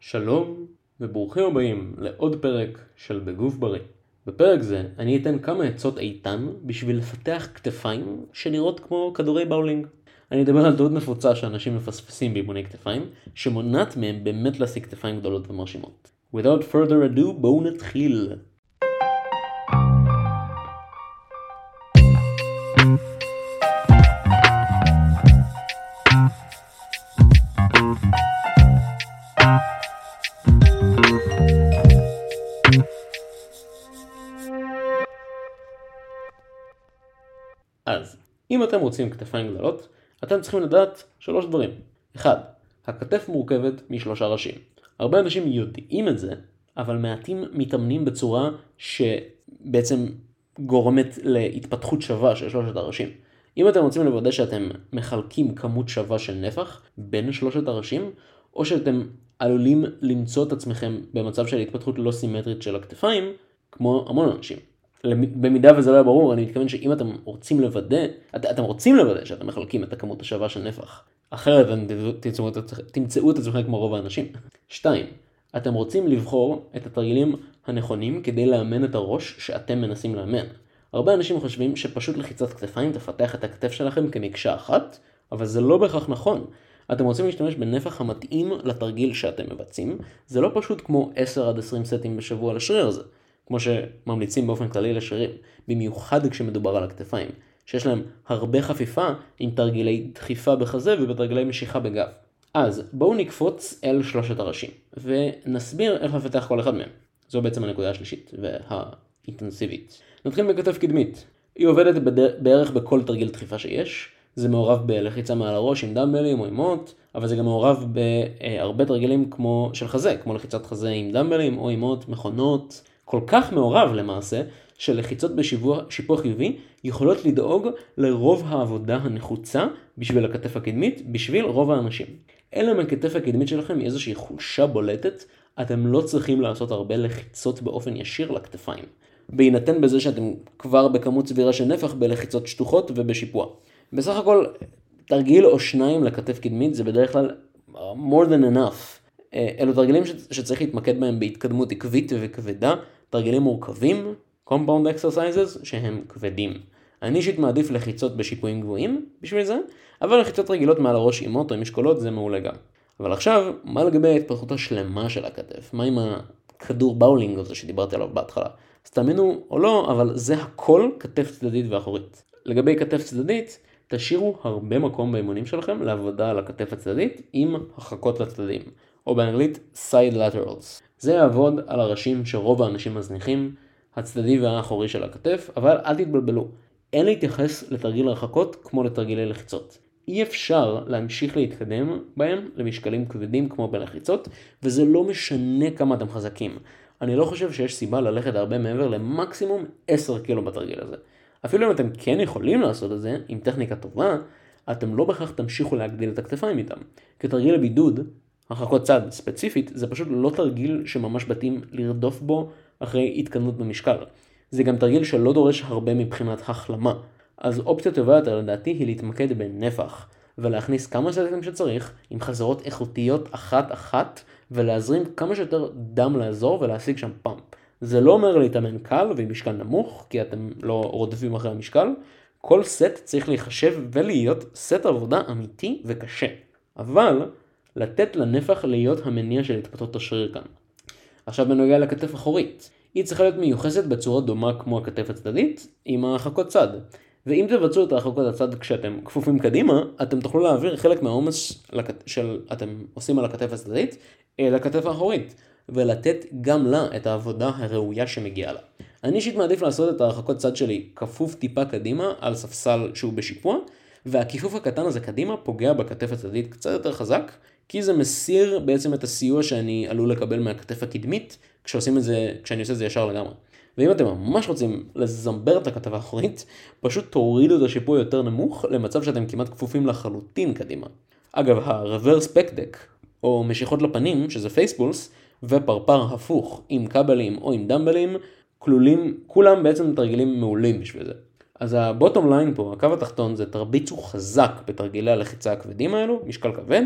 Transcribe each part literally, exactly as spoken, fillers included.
שלום וברוכים הבאים לעוד פרק של בגוף בריא. בפרק זה אני אתן כמה עצות איתן בשביל לפתח כתפיים שנראות כמו כדורי באולינג. אני אדבר על טעות נפוצה שאנשים מפספסים באימוני כתפיים, שמונעת מהם באמת להשיג כתפיים גדולות ומרשימות. Without further ado, בואו נתחיל. אז, אם אתם רוצים כתפיים גדולות, אתם צריכים לדעת שלוש דברים. אחד, הכתף מורכבת משלושה ראשים. הרבה אנשים יודעים את זה, אבל מעטים מתאמנים בצורה שבעצם גורמת להתפתחות שווה של שלושת הראשים. אם אתם רוצים לוודא שאתם מחלקים כמות שווה של נפח בין שלושת הראשים, או שאתם עלולים למצוא את עצמכם במצב של התפתחות לא סימטרית של הכתפיים, כמו המון אנשים. במידה וזה לא היה ברור, אני מתכוון שאם אתם רוצים לוודא, את, אתם רוצים לוודא שאתם מחלקים את הכמות השווה של נפח, אחרת תמצאו, תמצאו את עצמכם כמו רוב האנשים. שתיים, אתם רוצים לבחור את התרגילים הנכונים כדי לאמן את הראש שאתם מנסים לאמן. הרבה אנשים חושבים שפשוט לחיצת כתפיים תפתח את הכתף שלכם כמקשה אחת, אבל זה לא בהכרח נכון. אתם רוצים להשתמש בנפח המתאים לתרגיל שאתם מבצעים, זה לא פשוט כמו עשר עד עשרים סטים בשבוע לשריר הזה. כמו שממליצים באופן כללי לשרירים, במיוחד כשמדובר על הכתפיים, שיש להם הרבה חפיפה עם תרגילי דחיפה בחזה ובתרגילי משיכה בגב. אז בואו נקפוץ אל שלושת הראשים, ונסביר איך לפתח כל אחד מהם. זו בעצם הנקודה השלישית והאינטנסיבית. נתחיל בכתף קדמית. היא עובדת בערך בכל תרגיל דחיפה שיש. זה מעורב בלחיצה מעל הראש עם דמבלים או עם מוט, אבל זה גם מעורב בהרבה תרגילים כמו של חזה, כמו לחיצת חזה עם דמבלים או עם מוט, מכונות. כל כך מעורב למעשה, שלחיצות בשיפוע חיובי יכולות לדאוג לרוב העבודה הנחוצה בשביל הכתף הקדמית, בשביל רוב האנשים. אלא מהכתף הקדמית שלכם איזושהי חולשה בולטת, אתם לא צריכים לעשות הרבה לחיצות באופן ישיר לכתפיים. בהינתן בזה שאתם כבר בכמות סבירה של נפח בלחיצות שטוחות ובשיפוע. בסך הכל, תרגיל או שניים לכתף קדמית זה בדרך כלל more than enough. אלו תרגילים שצריך להתמקד בהם בהתקדמות עקבית וכבדה, תרגילים מורכבים, compound exercises, שהם כבדים. אני אישית מעדיף לחיצות בשיפועים גבוהים בשביל זה, אבל לחיצות רגילות מעל הראש עם מוט או עם משקולות זה מעולה גם. אבל עכשיו, מה לגבי ההתפתחות השלמה של הכתף? מה עם הכדור באולינג הזה שדיברתי עליו בהתחלה? אז תאמינו או לא, אבל זה הכל כתף צדדית ואחורית. לגבי כתף צדדית, תשאירו הרבה מקום באימונים שלכם לעבודה על הכתף הצדדית עם הרחקות לצדדים, או באנגלית side laterals. זה יעבוד על הראשים שרוב האנשים מזניחים, הצדדי והאחורי של הכתף, אבל אל תתבלבלו. אין להתייחס לתרגיל הרחקות כמו לתרגילי לחיצות. אי אפשר להמשיך להתקדם בהם למשקלים כבדים כמו בלחיצות, וזה לא משנה כמה אתם חזקים. אני לא חושב שיש סיבה ללכת הרבה מעבר למקסימום עשרה קילו בתרגיל הזה. אפילו אם אתם כן יכולים לעשות את זה עם טכניקה טובה, אתם לא בכך תמשיכו להגדיל את הכתפיים איתם. כתרגיל הבידוד, הרחקות צד ספציפית, זה פשוט לא תרגיל שממש בתים לרדוף בו אחרי התקדמות במשקל. זה גם תרגיל שלא דורש הרבה מבחינת החלמה. אז אופציה טובה יותר לדעתי היא להתמקד בנפח, ולהכניס כמה סטים שצריך עם חזרות איכותיות אחת-אחת, ולהזרים כמה שיותר דם לאזור ולהשיג שם פאמפ. זה לא אומר להתאמן קל ועם משקל נמוך, כי אתם לא רודפים אחרי המשקל. כל סט צריך להיחשב ולהיות סט עבודה אמיתי וקשה. אבל לתת לנפח להיות המניע של התפתחות השריר כאן. עכשיו בנוגע לכתף אחורית. היא צריכה להיות מיוחסת בצורה דומה כמו הכתף הצדדית, עם הרחקות צד. ואם תבצעו את הרחקות הצד כשאתם כפופים קדימה, אתם תוכלו להעביר חלק מהעומס של אתם עושים על הכתף הצדדית לכתף האחורית, ולתת גם לה את העבודה הראויה שמגיעה לה. אני אישית מעדיף לעשות את הרחקות צד שלי כפוף טיפה קדימה על ספסל שהוא בשיפוע, והכיפוף הקטן הזה קדימה פוגע בכתף הצדדית קצת יותר חזק, כי זה מסיר בעצם את הסיוע שאני עלול לקבל מהכתף הקדמית, כשעושים את זה, כשאני עושה את זה ישר לגמרי. ואם אתם ממש רוצים לזמבר את הכתף האחורית, פשוט תורידו את השיפוע יותר נמוך, למצב שאתם כמעט כפופים לחלוטין קדימה. אגב, ה-reverse back deck, או משיכות לפנים, שזה פייספולס, ופרפר הפוך עם קבלים או עם דמבלים, כלולים, כולם בעצם תרגילים מעולים בשביל זה. אז הבוטום ליין פה, הקו התחתון, זה תרביצו חזק בתרגילי הלחיצה הכבדים האלו, משקל כבד,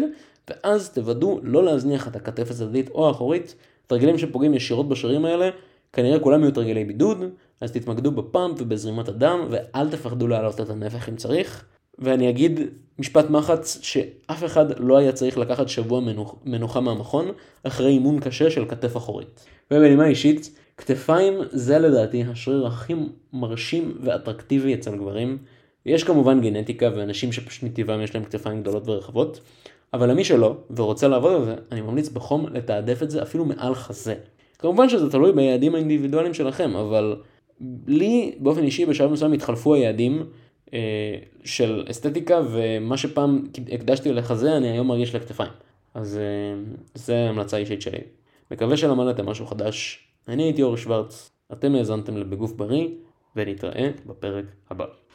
ואז תוודאו לא להזניח את הכתף הצדדית או האחורית. תרגילים שפוגעים ישירות בשרירים האלה, כנראה כולם יהיו תרגילי בידוד, אז תתמקדו בפאמפ ובזרימת הדם, ואל תפחדו להעלות את הנפח אם צריך. ואני אגיד משפט מחץ שאף אחד לא היה צריך לקחת שבוע מנוח, מנוחה מהמכון, אחרי אימון קשה של כתף אחורית. ובנימה אישית, כתפיים זה לדעתי השריר הכי מרשים ואטרקטיבי אצל גברים. יש כמובן גנטיקה ואנשים שפשוט מטבעם יש להם כתפיים גדולות ורחבות, אבל למי שלא ורוצה לעבוד על זה, אני ממליץ בחום לתעדף את זה אפילו מעל חזה. כמובן שזה תלוי ביעדים האינדיבידואליים שלכם, אבל לי באופן אישי בשלב מסוים התחלפו היעדים אה, של אסתטיקה, ומה שפעם הקדשתי לחזה אני היום מרגיש לכתפיים. אז אה, זה המלצה אישית שלי. מקווה שלמדתם משהו חדש. אני הייתי אור שוורץ, אתם האזנתם לבגוף בריא, ונתראה בפרק הבא.